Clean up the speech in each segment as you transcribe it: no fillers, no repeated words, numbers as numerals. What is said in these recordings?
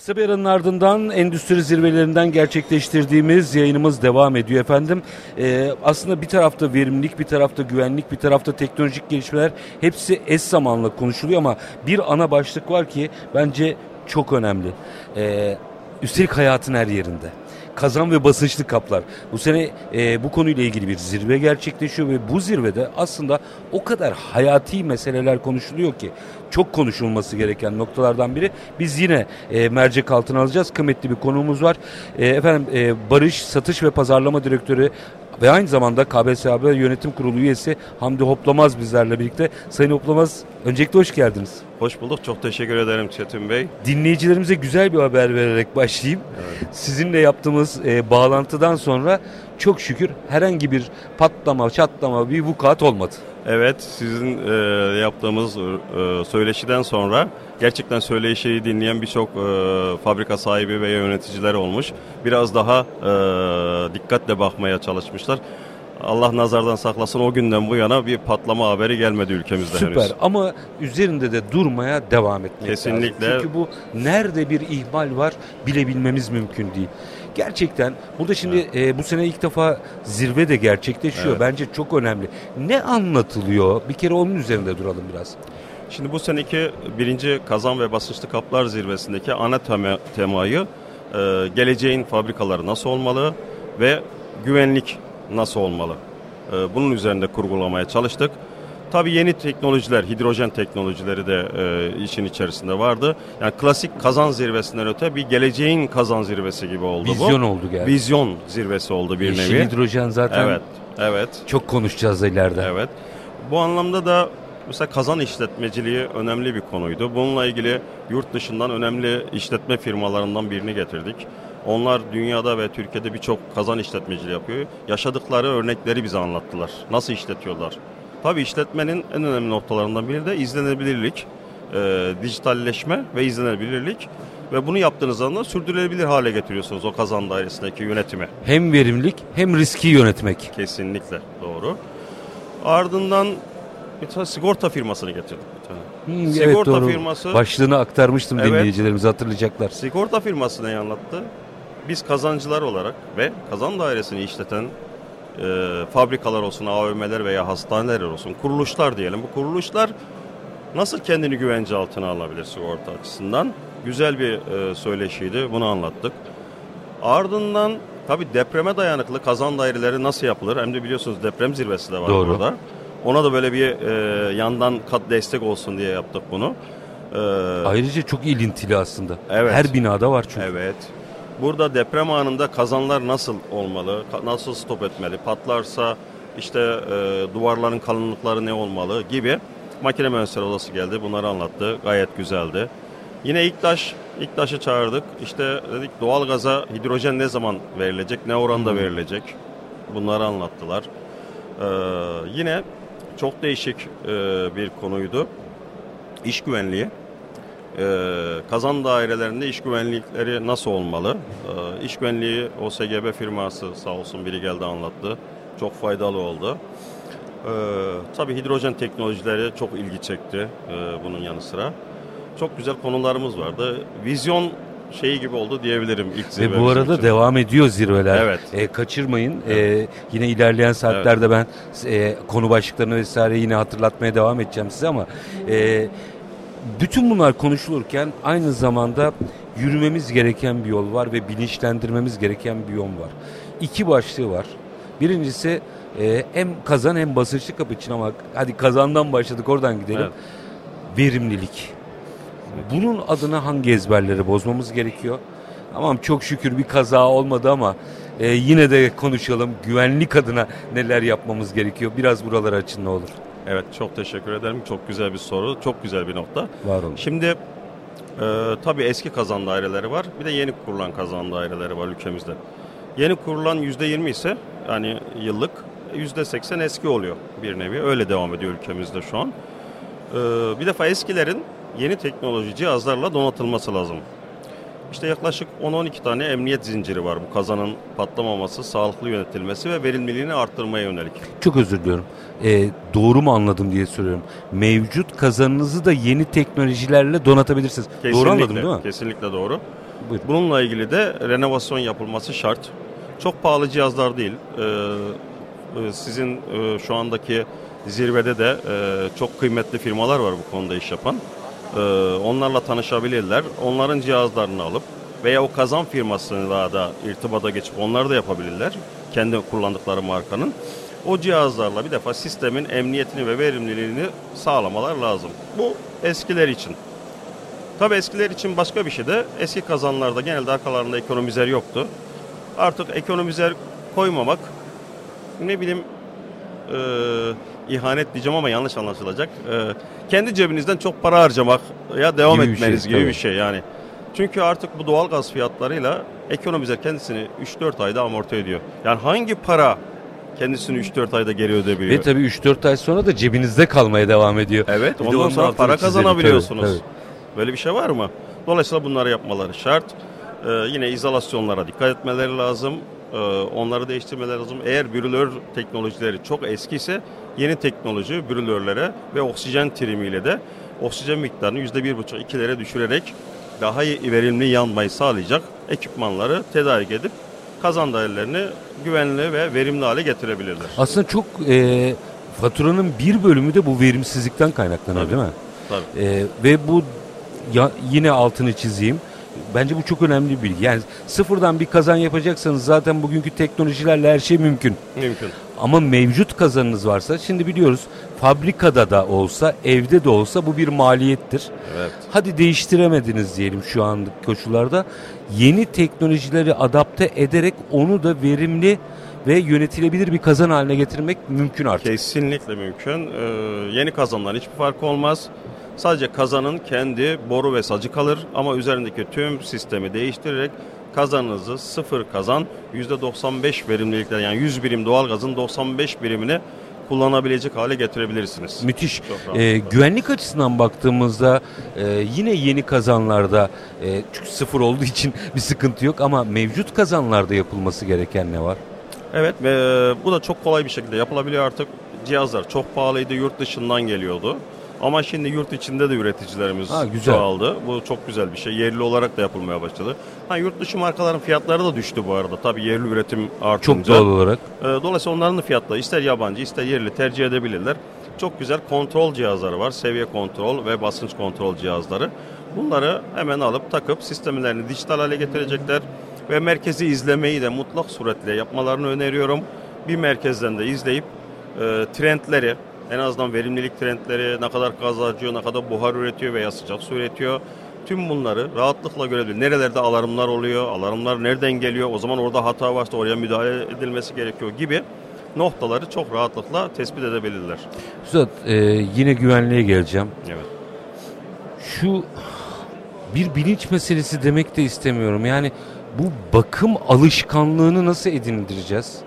Kısa bir aranın ardından endüstri zirvelerinden gerçekleştirdiğimiz yayınımız devam ediyor efendim. Aslında bir tarafta verimlilik, bir tarafta güvenlik, bir tarafta teknolojik gelişmeler hepsi eş zamanla konuşuluyor ama bir ana başlık var ki bence çok önemli. Üstelik hayatın her yerinde. Kazan ve basınçlı kaplar. Bu sene bu konuyla ilgili bir zirve gerçekleşiyor ve bu zirvede aslında o kadar hayati meseleler konuşuluyor ki çok konuşulması gereken noktalardan biri. Biz yine mercek altına alacağız. Kıymetli bir konuğumuz var. Barış Satış ve Pazarlama Direktörü ve aynı zamanda KBSAB Yönetim Kurulu üyesi Hamdi Hoplamaz bizlerle birlikte. Sayın Hoplamaz, öncelikle hoş geldiniz. Hoş bulduk. Çok teşekkür ederim Çetin Bey. Dinleyicilerimize güzel bir haber vererek başlayayım. Evet. Sizinle yaptığımız bağlantıdan sonra çok şükür herhangi bir patlama, çatlama, bir vukuat olmadı. Evet, sizin yaptığımız söyleşiden sonra gerçekten söyleşiyi dinleyen birçok fabrika sahibi ve yöneticiler olmuş. Biraz daha dikkatle bakmaya çalışmışlar. Allah nazardan saklasın, o günden bu yana bir patlama haberi gelmedi ülkemizde Süper. henüz. Süper, ama üzerinde de durmaya devam etmek kesinlikle lazım. Çünkü bu nerede bir ihmal var bilebilmemiz mümkün değil. Gerçekten burada şimdi bu sene ilk defa zirve de gerçekleşiyor. Evet. Bence çok önemli. Ne anlatılıyor? Bir kere onun üzerinde duralım biraz. Şimdi bu seneki 1. Kazan ve Basınçlı Kaplar Zirvesi'ndeki ana temayı geleceğin fabrikaları nasıl olmalı ve güvenlik nasıl olmalı? Bunun üzerinde kurgulamaya çalıştık. Tabii yeni teknolojiler, hidrojen teknolojileri de işin içerisinde vardı. Yani klasik kazan zirvesinden öte bir geleceğin kazan zirvesi gibi oldu. Vizyon oldu gerçekten. Vizyon zirvesi oldu bir nevi. Yeşil hidrojen zaten evet. Çok konuşacağız ileride. Evet. Bu anlamda da mesela kazan işletmeciliği önemli bir konuydu. Bununla ilgili yurt dışından önemli işletme firmalarından birini getirdik. Onlar dünyada ve Türkiye'de birçok kazan işletmeciliği yapıyor. Yaşadıkları örnekleri bize anlattılar. Nasıl işletiyorlar? Tabii işletmenin en önemli noktalarından biri de izlenebilirlik, dijitalleşme ve izlenebilirlik. Ve bunu yaptığınız zaman sürdürülebilir hale getiriyorsunuz o kazan dairesindeki yönetimi. Hem verimlilik hem riski yönetmek. Kesinlikle doğru. Ardından bir tane sigorta firmasını getirdik. Sigorta evet, firması. Başlığını aktarmıştım, dinleyicilerimiz hatırlayacaklar. Sigorta firması neyi anlattı? Biz kazancılar olarak ve kazan dairesini işleten fabrikalar olsun, AVM'ler veya hastaneler olsun, kuruluşlar diyelim. Bu kuruluşlar nasıl kendini güvence altına alabilir sigorta açısından? Güzel bir söyleşiydi. Bunu anlattık. Ardından tabii depreme dayanıklı kazan daireleri nasıl yapılır? Hem de biliyorsunuz deprem zirvesi de var burada. Ona da böyle bir yandan kat destek olsun diye yaptık bunu. Ayrıca çok ilintili aslında. Evet. Her binada var çünkü. Evet. Burada deprem anında kazanlar nasıl olmalı, nasıl stop etmeli, patlarsa işte duvarların kalınlıkları ne olmalı gibi makine mühendisleri odası geldi. Bunları anlattı. Gayet güzeldi. Yine İKTAŞ'ı çağırdık. İşte dedik doğalgaza hidrojen ne zaman verilecek, ne oranda verilecek. Bunları anlattılar. Yine çok değişik bir konuydu. İş güvenliği. Kazan dairelerinde iş güvenlikleri nasıl olmalı? İş güvenliği OSGB firması sağ olsun biri geldi anlattı. Çok faydalı oldu. Tabii hidrojen teknolojileri çok ilgi çekti bunun yanı sıra. Çok güzel konularımız vardı. Vizyon şeyi gibi oldu diyebilirim ilk zirve. Ve bu arada için devam ediyor zirveler. Evet. Kaçırmayın. Evet. Yine ilerleyen saatlerde ben konu başlıklarını vesaire yine hatırlatmaya devam edeceğim size ama bütün bunlar konuşulurken aynı zamanda yürümemiz gereken bir yol var ve bilinçlendirmemiz gereken bir yol var. İki başlığı var. Birincisi hem kazan hem basınçlı kapı için ama hadi kazandan başladık, oradan gidelim. Evet. Verimlilik. Bunun adına hangi ezberleri bozmamız gerekiyor? Tamam, çok şükür bir kaza olmadı ama yine de konuşalım. Güvenlik adına neler yapmamız gerekiyor? Biraz buraları açın ne olur. Evet, çok teşekkür ederim. Çok güzel bir soru. Çok güzel bir nokta. Var olun. Şimdi tabii eski kazan daireleri var. Bir de yeni kurulan kazan daireleri var ülkemizde. Yeni kurulan %20 ise yani yıllık %80 eski oluyor bir nevi. Öyle devam ediyor ülkemizde şu an. Bir defa eskilerin yeni teknoloji cihazlarla donatılması lazım. İşte yaklaşık 10-12 tane emniyet zinciri var bu kazanın patlamaması, sağlıklı yönetilmesi ve verimliliğini arttırmaya yönelik. Çok özür diliyorum. Doğru mu anladım diye soruyorum. Mevcut kazanınızı da yeni teknolojilerle donatabilirsiniz. Kesinlikle, doğru anladım değil mi? Kesinlikle doğru. Buyurun. Bununla ilgili de renovasyon yapılması şart. Çok pahalı cihazlar değil. Sizin şu andaki zirvede de çok kıymetli firmalar var bu konuda iş yapan. Onlarla tanışabilirler. Onların cihazlarını alıp veya o kazan firmasıyla da irtibata geçip onları da yapabilirler. Kendi kullandıkları markanın. O cihazlarla bir defa sistemin emniyetini ve verimliliğini sağlamalar lazım. Bu eskiler için. Tabii eskiler için başka bir şey de eski kazanlarda genelde arkalarında ekonomizer yoktu. Artık ekonomizer koymamak ne bileyim ihanet diyeceğim ama yanlış anlaşılacak. Kendi cebinizden çok para harcamak ya devam gibi etmeniz bir şey, gibi tabii. bir şey yani. Çünkü artık bu doğalgaz fiyatlarıyla ekonomizer kendisini 3-4 ayda amorti ediyor. Yani hangi para kendisini 3-4 ayda geri ödebiliyor? Ve tabii 3-4 ay sonra da cebinizde kalmaya devam ediyor. Evet, Bir de ondan onun sonra altını para çizelim. kazanabiliyorsunuz. Tabii. Böyle bir şey var mı? Dolayısıyla bunları yapmaları şart. Yine izolasyonlara dikkat etmeleri lazım. Onları değiştirmeleri lazım. Eğer brülör teknolojileri çok eskiyse yeni teknoloji brülörlere ve oksijen trimiyle de oksijen miktarını %1,5-2'lere düşürerek daha iyi verimli yanmayı sağlayacak ekipmanları tedarik edip kazan dairelerini güvenli ve verimli hale getirebilirler. Aslında çok faturanın bir bölümü de bu verimsizlikten kaynaklanıyor, Tabii. değil mi? Tabii. Ve bu yine altını çizeyim. Bence bu çok önemli bir bilgi. Yani sıfırdan bir kazan yapacaksanız zaten bugünkü teknolojilerle her şey mümkün. Mümkün. Ama mevcut kazanınız varsa, şimdi biliyoruz fabrikada da olsa, evde de olsa bu bir maliyettir. Evet. Hadi değiştiremediniz diyelim şu anlık koşullarda. Yeni teknolojileri adapte ederek onu da verimli ve yönetilebilir bir kazan haline getirmek mümkün artık. Kesinlikle mümkün. Yeni kazanların hiçbir farkı olmaz. Sadece kazanın kendi boru ve sacı kalır ama üzerindeki tüm sistemi değiştirerek kazanınızı sıfır kazan %95 verimlilikle, yani 100 birim doğalgazın 95 birimini kullanabilecek hale getirebilirsiniz. Müthiş. Güvenlik açısından baktığımızda yine yeni kazanlarda çünkü sıfır olduğu için bir sıkıntı yok ama mevcut kazanlarda yapılması gereken ne var? Evet, bu da çok kolay bir şekilde yapılabiliyor artık. Cihazlar çok pahalıydı, yurt dışından geliyordu. Ama şimdi yurt içinde de üreticilerimiz çoğaldı. Bu çok güzel bir şey. Yerli olarak da yapılmaya başladı. Yurt dışı markaların fiyatları da düştü bu arada. Tabii yerli üretim artınca. Çok doğal olarak. Dolayısıyla onların da fiyatları ister yabancı ister yerli tercih edebilirler. Çok güzel kontrol cihazları var. Seviye kontrol ve basınç kontrol cihazları. Bunları hemen alıp takıp sistemlerini dijital hale getirecekler. Ve merkezi izlemeyi de mutlak suretle yapmalarını öneriyorum. Bir merkezden de izleyip trendleri, en azından verimlilik trendleri, ne kadar gaz harcıyor, ne kadar buhar üretiyor veya sıcak su üretiyor. Tüm bunları rahatlıkla görebilir. Nerelerde alarmlar oluyor, alarmlar nereden geliyor, o zaman orada hata varsa oraya müdahale edilmesi gerekiyor gibi noktaları çok rahatlıkla tespit edebilirler. Üstad, yine güvenliğe geleceğim. Evet. Şu bir bilinç meselesi demek de istemiyorum. Yani bu bakım alışkanlığını nasıl edindireceğiz?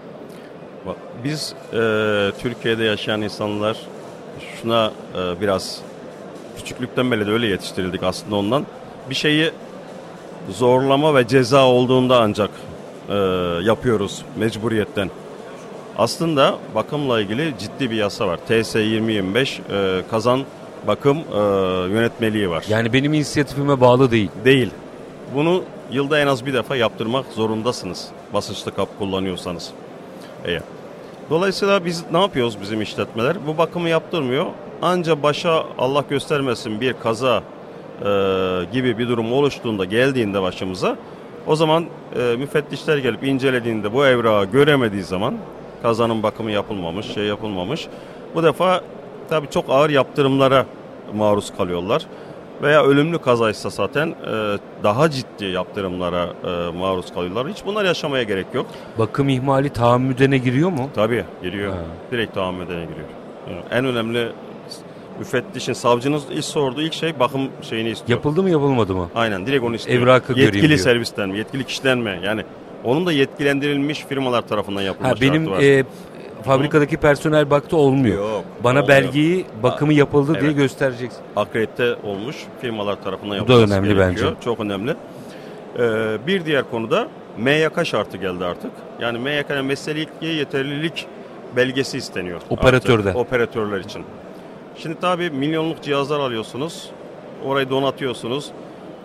Biz Türkiye'de yaşayan insanlar şuna biraz küçüklükten beri de öyle yetiştirildik aslında ondan. Bir şeyi zorlama ve ceza olduğunda ancak yapıyoruz mecburiyetten. Aslında bakımla ilgili ciddi bir yasa var. TS 2025 kazan bakım yönetmeliği var. Yani benim inisiyatifime bağlı değil. Değil. Bunu yılda en az bir defa yaptırmak zorundasınız. Basınçlı kap kullanıyorsanız. Eğer. Dolayısıyla biz ne yapıyoruz bizim işletmeler? Bu bakımı yaptırmıyor. Anca başa Allah göstermesin bir kaza gibi bir durum oluştuğunda, geldiğinde başımıza, o zaman müfettişler gelip incelediğinde bu evrağı göremediği zaman kazanın bakımı yapılmamış, şey yapılmamış. Bu defa tabii çok ağır yaptırımlara maruz kalıyorlar. Veya ölümlü kazaysa zaten daha ciddi yaptırımlara maruz kalıyorlar. Hiç bunlar yaşamaya gerek yok. Bakım ihmali tahammüdene giriyor mu? Tabii giriyor. Direkt tahammüdene giriyor. Yani en önemli müfettişin, savcınız ilk sorduğu ilk şey bakım şeyini istiyor. Yapıldı mı yapılmadı mı? Aynen, direkt onu istiyor. Evrakı göreyim yetkili diyor. servisten mi, yetkili kişiden mi? Yani onun da yetkilendirilmiş firmalar tarafından yapılmış şartı benim var. fabrikadaki personel baktı olmuyor. Yok, bana olmuyor. belgeyi bakımı yapıldı diye Evet. göstereceksin. Akredite olmuş firmalar tarafından Bu da yapılması önemli gerekiyor. bence. Çok önemli. Bir diğer konuda MYK şartı geldi artık. Yani MYK'nın mesleği yeterlilik belgesi isteniyor. Operatörde. Artık, operatörler için. Şimdi tabii milyonluk cihazlar alıyorsunuz. Orayı donatıyorsunuz.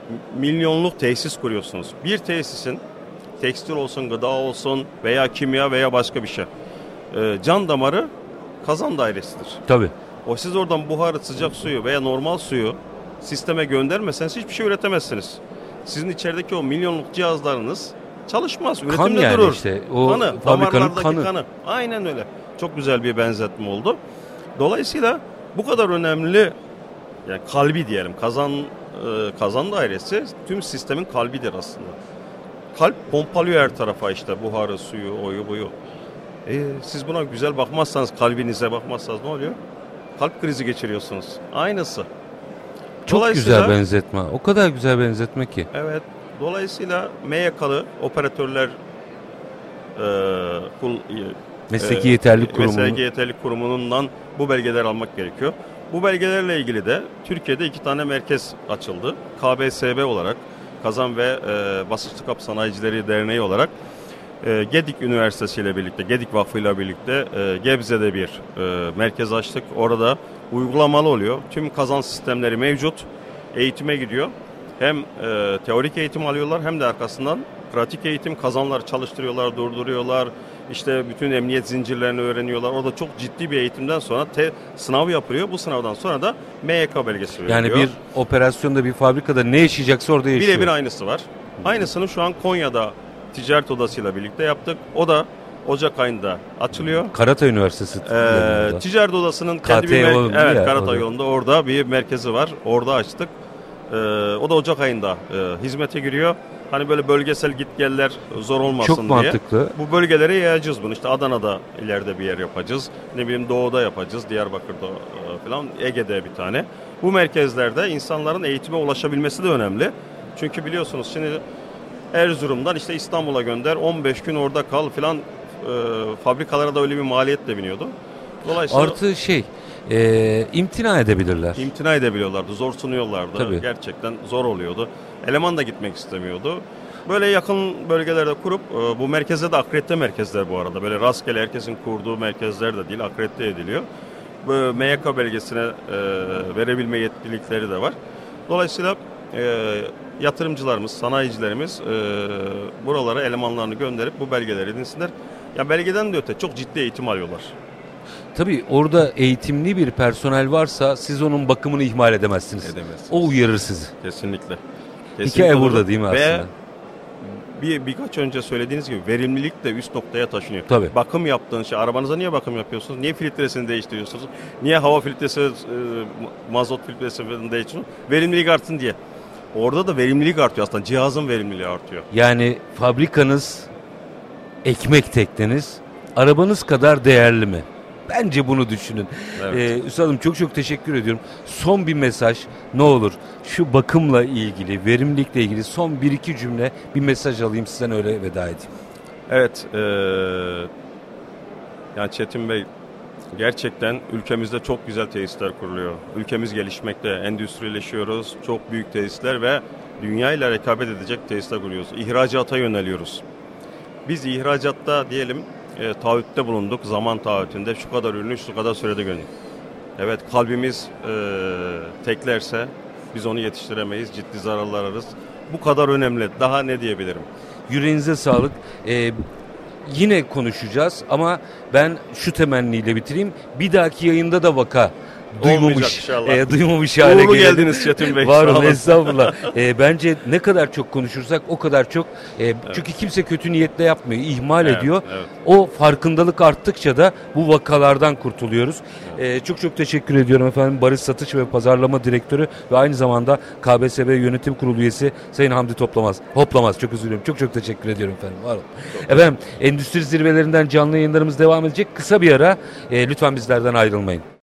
milyonluk tesis kuruyorsunuz. Bir tesisin tekstil olsun, gıda olsun veya kimya veya başka bir şey. Can damarı kazan dairesidir. Tabii. O siz oradan buharı, sıcak suyu veya normal suyu sisteme göndermeseniz hiçbir şey üretemezsiniz. Sizin içerideki o milyonluk cihazlarınız çalışmaz. Üretimde yani durur. işte, o kanı, fabrikanın damarlardaki kanı. Aynen öyle. Çok güzel bir benzetme oldu. Dolayısıyla bu kadar önemli, yani kalbi diyelim, kazan dairesi tüm sistemin kalbidir aslında. Kalp pompalıyor her tarafa, işte buharı, suyu, oyu buyu. Siz buna güzel bakmazsanız, kalbinize bakmazsanız ne oluyor? Kalp krizi geçiriyorsunuz. Aynısı. Çok güzel benzetme. O kadar güzel benzetme ki. Evet. Dolayısıyla MYK'lı operatörler Mesleki Yeterlilik Kurumu'nun Mesleki Yeterlilik Kurumu'ndan bu belgeleri almak gerekiyor. Bu belgelerle ilgili de Türkiye'de 2 tane merkez açıldı. KBSB olarak, Kazan ve Basınçlı Kapı Sanayicileri Derneği olarak Gedik Üniversitesi ile birlikte, Gedik Vakfı ile birlikte Gebze'de bir merkez açtık. Orada uygulamalı oluyor. Tüm kazan sistemleri mevcut. Eğitime gidiyor. Hem teorik eğitim alıyorlar hem de arkasından pratik eğitim, kazanları çalıştırıyorlar, durduruyorlar. İşte bütün emniyet zincirlerini öğreniyorlar. Orada çok ciddi bir eğitimden sonra sınav yapılıyor. Bu sınavdan sonra da MYK belgesi veriliyor. Yani bir operasyonda, bir fabrikada ne yaşayacaksa orada yaşıyor. Birebir aynısı var. Aynısını şu an Konya'da Ticaret Odası'yla birlikte yaptık. O da Ocak ayında açılıyor. Karatay Üniversitesi. Ticaret Odası'nın kendi bir Karatay yolunda orada bir merkezi var. Orada açtık. O da Ocak ayında hizmete giriyor. Hani böyle bölgesel gitgeller zor olmasın çok diye. Çok mantıklı. Bu bölgelere yayacağız bunu. İşte Adana'da ileride bir yer yapacağız. Ne bileyim Doğu'da yapacağız. Diyarbakır'da falan. Ege'de bir tane. Bu merkezlerde insanların eğitime ulaşabilmesi de önemli. Çünkü biliyorsunuz şimdi Erzurum'dan işte İstanbul'a gönder, 15 gün orada kal falan, fabrikalara da öyle bir maliyet de biniyordu. Dolayısıyla artı imtina edebilirler. İmtina edebiliyorlardı, zor sunuyorlardı. Tabii. Gerçekten zor oluyordu. Eleman da gitmek istemiyordu. Böyle yakın bölgelerde kurup, bu merkezde de akredite merkezler bu arada. Böyle rastgele herkesin kurduğu merkezler de değil, akredite ediliyor. Böyle MYK belgesine verebilme yetkilikleri de var. Dolayısıyla yatırımcılarımız, sanayicilerimiz buralara elemanlarını gönderip bu belgeleri edinsinler. Ya belgeden de öte çok ciddi eğitim alıyorlar. Tabii orada eğitimli bir personel varsa siz onun bakımını ihmal edemezsiniz. O uyarır sizi. Kesinlikle. Hikaye burada değil mi aslında? Ve birkaç önce söylediğiniz gibi verimlilik de üst noktaya taşınıyor. Tabii. Bakım yaptığın şey, arabanıza niye bakım yapıyorsunuz? Niye filtresini değiştiriyorsunuz? Niye hava filtresi, mazot filtresini değiştiriyorsunuz? Verimlilik artsın diye. Orada da verimlilik artıyor aslında. Cihazın verimliliği artıyor. Yani fabrikanız, ekmek tekneniz, arabanız kadar değerli mi? Bence bunu düşünün. Evet. Üstadım çok teşekkür ediyorum. Son bir mesaj ne olur. Şu bakımla ilgili, verimlilikle ilgili son 1-2 cümle bir mesaj alayım sizden, öyle veda edeyim. Evet. Yani Çetin Bey, gerçekten ülkemizde çok güzel tesisler kuruluyor. Ülkemiz gelişmekte, endüstrileşiyoruz. Çok büyük tesisler ve dünya ile rekabet edecek tesisler kuruyoruz. İhracata yöneliyoruz. Biz ihracatta diyelim taahhütte bulunduk. Zaman taahhütünde şu kadar ürünü şu kadar sürede gönderdik. Evet, kalbimiz teklerse biz onu yetiştiremeyiz. Ciddi zararlar ararız. Bu kadar önemli. Daha ne diyebilirim? Yüreğinize sağlık. Yine konuşacağız ama ben şu temenniyle bitireyim. Bir dahaki yayında da vaka duymamış hale Uğurlu gelelim. geldiniz Çetin Bey. Var olun, estağfurullah. Bence ne kadar çok konuşursak o kadar çok. Çünkü kimse kötü niyetle yapmıyor, ihmal ediyor. Evet. O farkındalık arttıkça da bu vakalardan kurtuluyoruz. Çok teşekkür ediyorum efendim. Barış Satış ve Pazarlama Direktörü ve aynı zamanda KBSB Yönetim Kurulu üyesi Sayın Hamdi Hoplamaz. Çok özür dilerim. Çok teşekkür ediyorum efendim. Var olun. Efendim, endüstri zirvelerinden canlı yayınlarımız devam edecek. Kısa bir ara. Lütfen bizlerden ayrılmayın.